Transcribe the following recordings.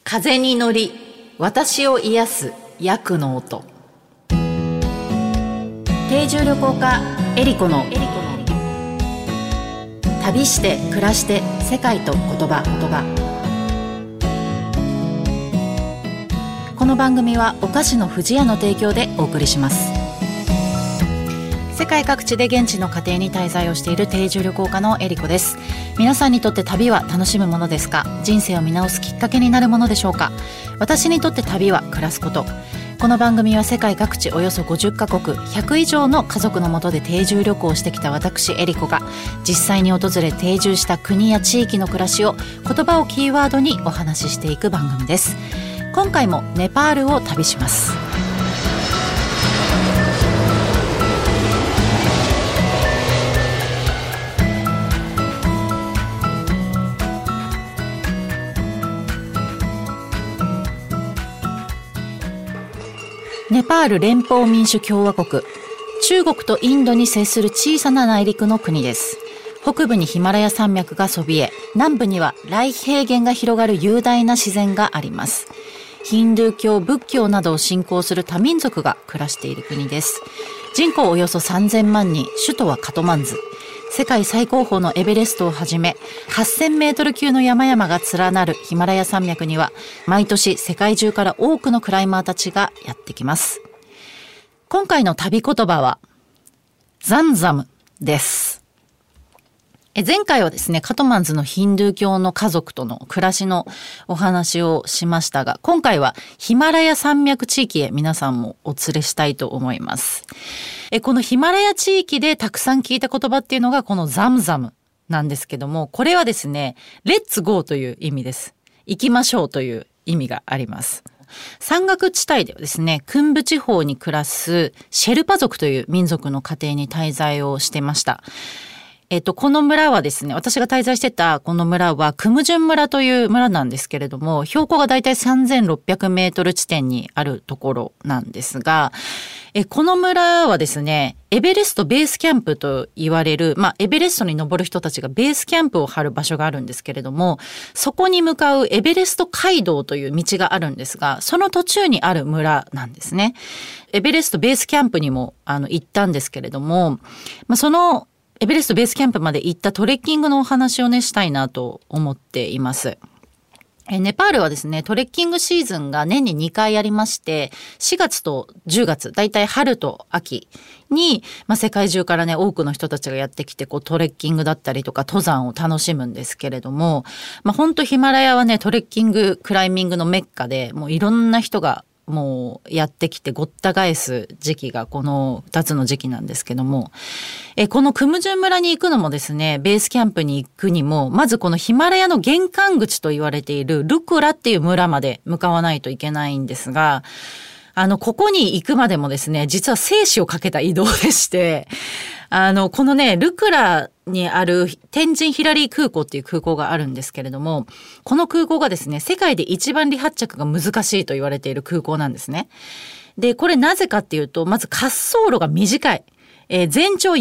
風に乗り私を癒すヤクの音。定住旅行家エリコの旅して暮らして世界と言葉。この番組はお菓子の不二家の提供でお送りします。世界各地で現地の家庭に滞在をしている定住旅行家のエリコです。皆さんにとって旅は楽しむものですか？人生を見直すきっかけになるものでしょうか？私にとって旅は暮らすこと。この番組は世界各地およそ50カ国100以上の家族の下で定住旅行をしてきた私エリコが実際に訪れ定住した国や地域の暮らしを言葉をキーワードにお話ししていく番組です。今回もネパールを旅します。ネパール連邦民主共和国、中国とインドに接する小さな内陸の国です。北部にヒマラヤ山脈がそびえ、南部には大平原が広がる雄大な自然があります。ヒンドゥー教、仏教などを信仰する多民族が暮らしている国です。人口およそ3000万人、首都はカトマンズ。世界最高峰のエベレストをはじめ8000メートル級の山々が連なるヒマラヤ山脈には毎年世界中から多くのクライマーたちがやってきます。今回の旅言葉はザンザムです。前回はですね、カトマンズのヒンドゥー教の家族との暮らしのお話をしましたが、今回はヒマラヤ山脈地域へ皆さんもお連れしたいと思います。このヒマラヤ地域でたくさん聞いた言葉っていうのがこのザムザムなんですけども、これはですね、レッツゴーという意味です。行きましょうという意味があります。山岳地帯ではですね、クンブ地方に暮らすシェルパ族という民族の家庭に滞在をしてました。この村はですね、私が滞在してたこの村はクムジュン村という村なんですけれども、標高がだいたい3600メートル地点にあるところなんですが、この村はですね、エベレストベースキャンプと言われる、エベレストに登る人たちがベースキャンプを張る場所があるんですけれども、そこに向かうエベレスト街道という道があるんですが、その途中にある村なんですね。エベレストベースキャンプにも行ったんですけれども、そのエベレストベースキャンプまで行ったトレッキングのお話をね、したいなと思っています。ネパールはですね、トレッキングシーズンが年に2回ありまして、4月と10月、だいたい春と秋に、世界中からね、多くの人たちがやってきて、トレッキングだったりとか登山を楽しむんですけれども、本当ヒマラヤはね、トレッキング、クライミングのメッカで、もういろんな人がもうやってきてごった返す時期がこの2つの時期なんですけども、このクムジュン村に行くのもですね、ベースキャンプに行くにも、まずこのヒマラヤの玄関口と言われているルクラっていう村まで向かわないといけないんですが、ここに行くまでもですね、実は生死をかけた移動でして、このね、ルクラにある天神ヒラリー空港っていう空港があるんですけれども、この空港がですね、世界で一番離発着が難しいと言われている空港なんですね。で、これなぜかっていうと、まず滑走路が短い。全長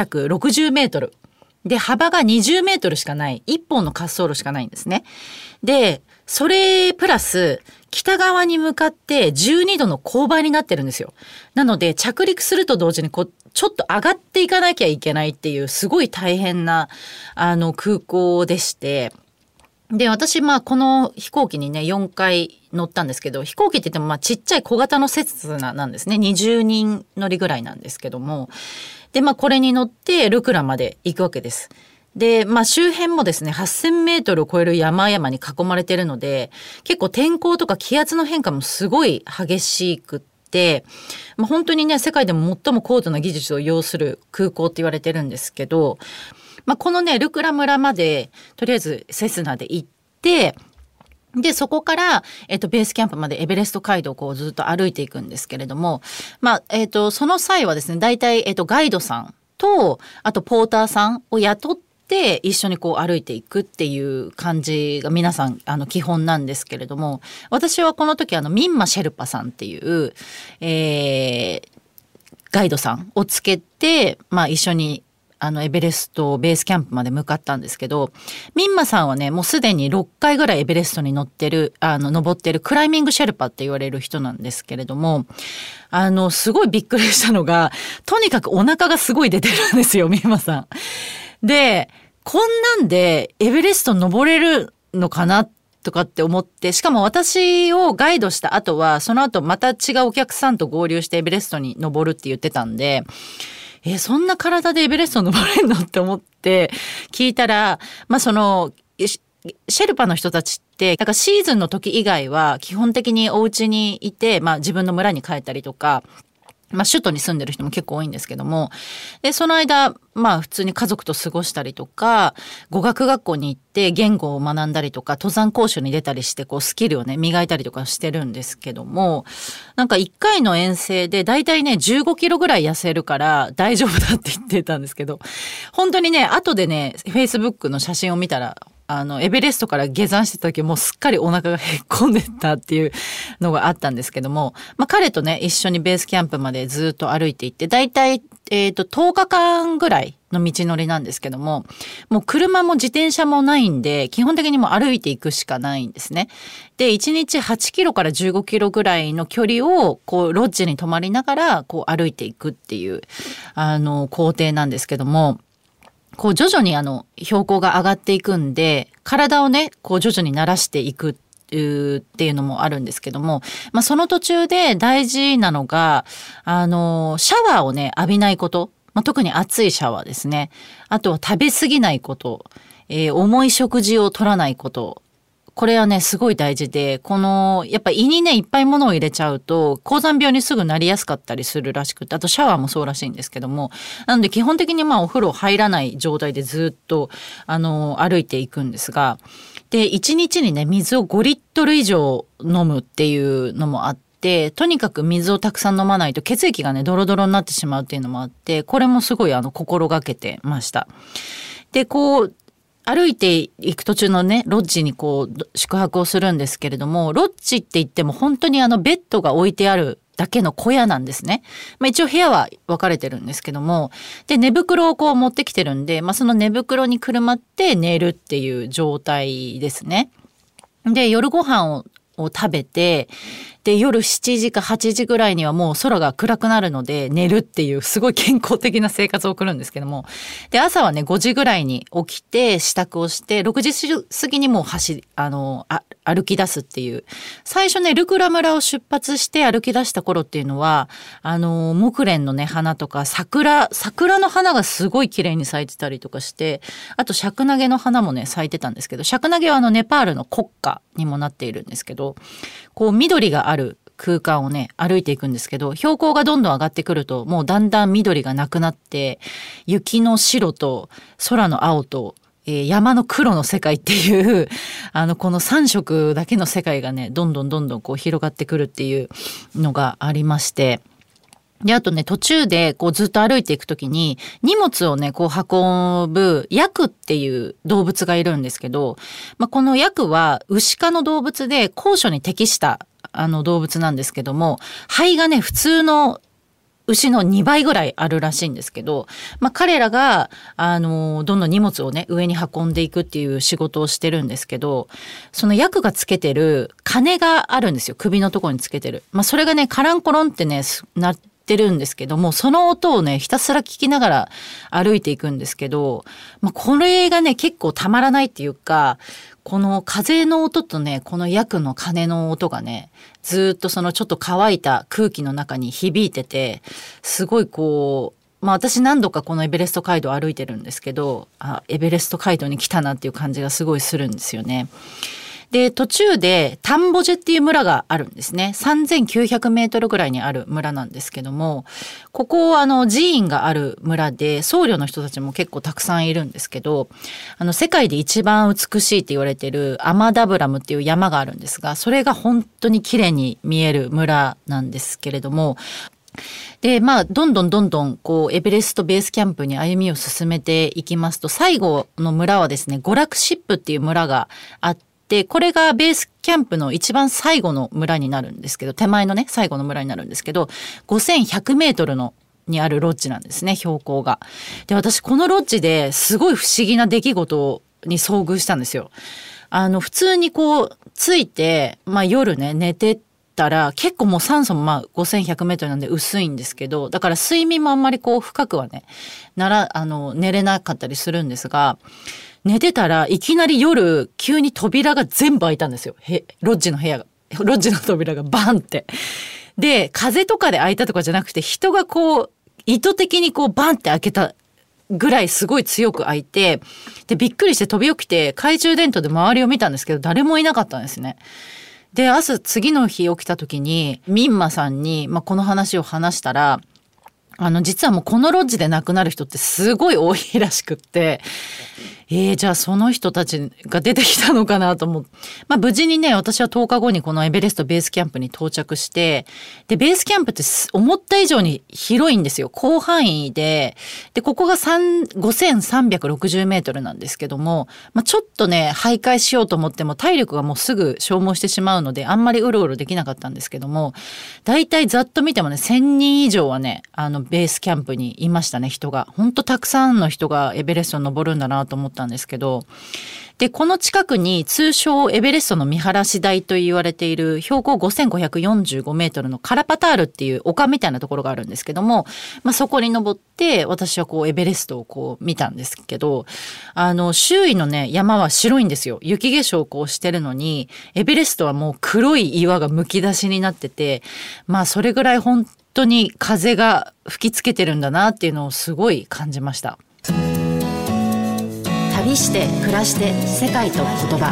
460メートル。で、幅が20メートルしかない。一本の滑走路しかないんですね。で、それプラス、北側に向かって12度の勾配になってるんですよ。なので、着陸すると同時にちょっと上がっていかなきゃいけないっていう、すごい大変な、空港でして、で、私、この飛行機にね、4回乗ったんですけど、飛行機って言っても、ちっちゃい小型のセスナなんですね。20人乗りぐらいなんですけども。で、これに乗ってルクラまで行くわけです。で、周辺もですね、8000メートルを超える山々に囲まれているので、結構天候とか気圧の変化もすごい激しくって、本当にね、世界でも最も高度な技術を要する空港って言われてるんですけど、このね、ルクラ村まで、とりあえずセスナで行って、で、そこから、ベースキャンプまでエベレスト街道をずっと歩いていくんですけれども、その際はですね、大体、ガイドさんと、あとポーターさんを雇って一緒に歩いていくっていう感じが皆さん、基本なんですけれども、私はこの時、ミンマシェルパさんっていう、ガイドさんをつけて、一緒にエベレストベースキャンプまで向かったんですけど、ミンマさんはねもうすでに6回ぐらいエベレストに登ってるクライミングシェルパって言われる人なんですけれども、すごいびっくりしたのが、とにかくお腹がすごい出てるんですよ、ミンマさん。で、こんなんでエベレスト登れるのかなとかって思って、しかも私をガイドした後はその後また違うお客さんと合流してエベレストに登るって言ってたんで、そんな体でエベレスト登れんのって思って聞いたら、そのシェルパの人たちってだからシーズンの時以外は基本的にお家にいて、自分の村に帰ったりとか、首都に住んでる人も結構多いんですけども、でその間普通に家族と過ごしたりとか、語学学校に行って言語を学んだりとか、登山講習に出たりしてスキルをね磨いたりとかしてるんですけども、なんか1回の遠征でだいたいね15キロぐらい痩せるから大丈夫だって言ってたんですけど、本当にね後でね Facebook の写真を見たら、エベレストから下山してた時もうすっかりお腹がへっこんでたっていうのがあったんですけども、彼とね一緒にベースキャンプまでずっと歩いていって、だいたい10日間ぐらいの道のりなんですけども、もう車も自転車もないんで基本的にもう歩いていくしかないんですね。で1日8キロから15キロぐらいの距離をロッジに泊まりながら歩いていくっていう工程なんですけども、徐々に標高が上がっていくんで、体をね徐々に慣らしていくっていうのもあるんですけども、その途中で大事なのがシャワーをね浴びないこと、特に熱いシャワーですね。あとは食べ過ぎないこと、重い食事を取らないこと、これはねすごい大事で、やっぱ胃にねいっぱい物を入れちゃうと高山病にすぐなりやすかったりするらしくて、あとシャワーもそうらしいんですけども、なので基本的にお風呂入らない状態でずっと歩いていくんですが、で1日にね水を5リットル以上飲むっていうのもあって、とにかく水をたくさん飲まないと血液がねドロドロになってしまうっていうのもあって、これもすごい心がけてました。で歩いていく途中のねロッジに宿泊をするんですけれども、ロッジって言っても本当にベッドが置いてあるだけの小屋なんですね。一応部屋は分かれてるんですけども、で寝袋を持ってきてるんで、その寝袋にくるまって寝るっていう状態ですね。で夜ご飯を食べて、で夜7時か8時ぐらいにはもう空が暗くなるので寝るっていうすごい健康的な生活を送るんですけども、で朝はね5時ぐらいに起きて支度をして、6時過ぎにもう歩き出すっていう。最初ねルクラ村を出発して歩き出した頃っていうのは木蓮のね花とか桜の花がすごい綺麗に咲いてたりとかして、あとシャクナゲの花もね咲いてたんですけど、シャクナゲはネパールの国花にもなっているんですけど、緑がある空間をね歩いていくんですけど、標高がどんどん上がってくるともうだんだん緑がなくなって、雪の白と空の青と山の黒の世界っていうこの3色だけの世界がねどんどん広がってくるっていうのがありまして、であとね途中でずっと歩いていくときに荷物をね運ぶヤクっていう動物がいるんですけど、このヤクは牛科の動物で高所に適した動物なんですけども、肺がね普通の牛の2倍ぐらいあるらしいんですけど、彼らがどんどん荷物をね上に運んでいくっていう仕事をしてるんですけど、そのヤクがつけてる鐘があるんですよ、首のところにつけてる。それがねカランコロンってねなってるんですけども、その音をねひたすら聞きながら歩いていくんですけど、これがね結構たまらないっていうか、この風の音とねこのヤクの鐘の音がねずっとそのちょっと乾いた空気の中に響いてて、すごい私何度かこのエベレスト街道を歩いてるんですけど、エベレスト街道に来たなっていう感じがすごいするんですよね。で途中でタンボジェっていう村があるんですね。3900メートルぐらいにある村なんですけども、ここ寺院がある村で僧侶の人たちも結構たくさんいるんですけど、世界で一番美しいって言われてるアマダブラムっていう山があるんですが、それが本当に綺麗に見える村なんですけれども、でどんどんエベレストベースキャンプに歩みを進めていきますと、最後の村はですねゴラクシップっていう村があって、でこれがベースキャンプの一番最後の村になるんですけど、手前のね最後の村になるんですけど、5100メートルのにあるロッジなんですね、標高が。で、私このロッジですごい不思議な出来事に遭遇したんですよ。普通にこう着いて、夜ね寝てたら結構もう酸素も5100メートルなんで薄いんですけど、だから睡眠もあんまりこう深くはね寝れなかったりするんですが、寝てたらいきなり夜急に扉が全部開いたんですよ。ロッジの扉がバンって。で、風とかで開いたとかじゃなくて、人がこう意図的にこうバンって開けたぐらいすごい強く開いて、でびっくりして飛び起きて懐中電灯で周りを見たんですけど、誰もいなかったんですね。で、次の日起きた時にミンマさんに、この話を話したら、実はもうこのロッジで亡くなる人ってすごい多いらしくって、じゃあその人たちが出てきたのかなと思う。無事にね、私は10日後にこのエベレストベースキャンプに到着して、で、ベースキャンプって思った以上に広いんですよ。広範囲で、ここが5360メートルなんですけども、ちょっとね、徘徊しようと思っても体力がもうすぐ消耗してしまうので、あんまりうろうろできなかったんですけども、だいたいざっと見てもね、1000人以上はね、ベースキャンプにいましたね、人が。ほんとたくさんの人がエベレストに登るんだなと思ったんですけど、で、この近くに通称エベレストの見晴らし台と言われている標高5545メートルのカラパタールっていう丘みたいなところがあるんですけども、そこに登って私はこうエベレストをこう見たんですけど、周囲のね、山は白いんですよ。雪化粧をこうしてるのに、エベレストはもう黒い岩がむき出しになってて、それぐらい本当に風が吹きつけてるんだなっていうのをすごい感じました。旅して暮らして世界と言葉。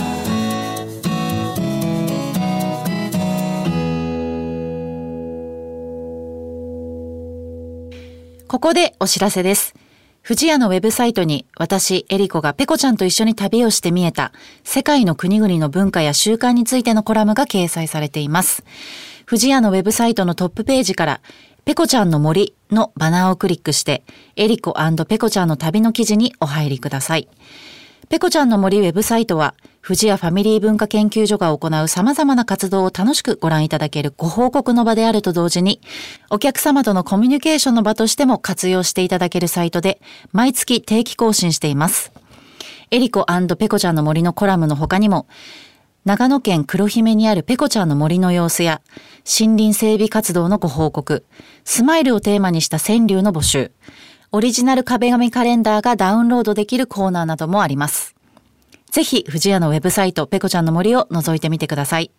ここでお知らせです。富士屋のウェブサイトに私エリコがペコちゃんと一緒に旅をして見えた世界の国々の文化や習慣についてのコラムが掲載されています。富士屋のウェブサイトのトップページからペコちゃんの森のバナーをクリックしてエリコ&ペコちゃんの旅の記事にお入りください。ペコちゃんの森ウェブサイトは富士屋ファミリー文化研究所が行う様々な活動を楽しくご覧いただけるご報告の場であると同時に、お客様とのコミュニケーションの場としても活用していただけるサイトで毎月定期更新しています。エリコ&ペコちゃんの森のコラムの他にも、長野県黒姫にあるペコちゃんの森の様子や森林整備活動のご報告、スマイルをテーマにした川柳の募集、オリジナル壁紙カレンダーがダウンロードできるコーナーなどもあります。ぜひ富士屋のウェブサイトペコちゃんの森を覗いてみてください。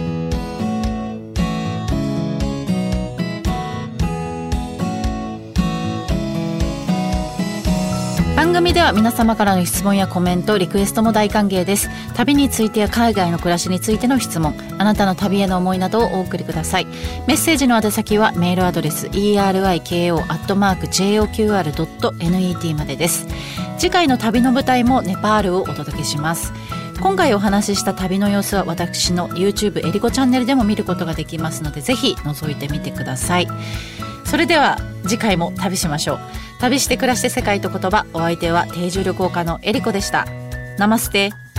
番組では皆様からの質問やコメント、リクエストも大歓迎です。旅についてや海外の暮らしについての質問、あなたの旅への思いなどをお送りください。メッセージの宛先はメールアドレス eriko@joqr.net までです。次回の旅の舞台もネパールをお届けします。今回お話しした旅の様子は私の YouTube エリコチャンネルでも見ることができますので、ぜひ覗いてみてください。それでは次回も旅しましょう。旅して暮らして世界と言葉、お相手は定住旅行家のエリコでした。ナマステ。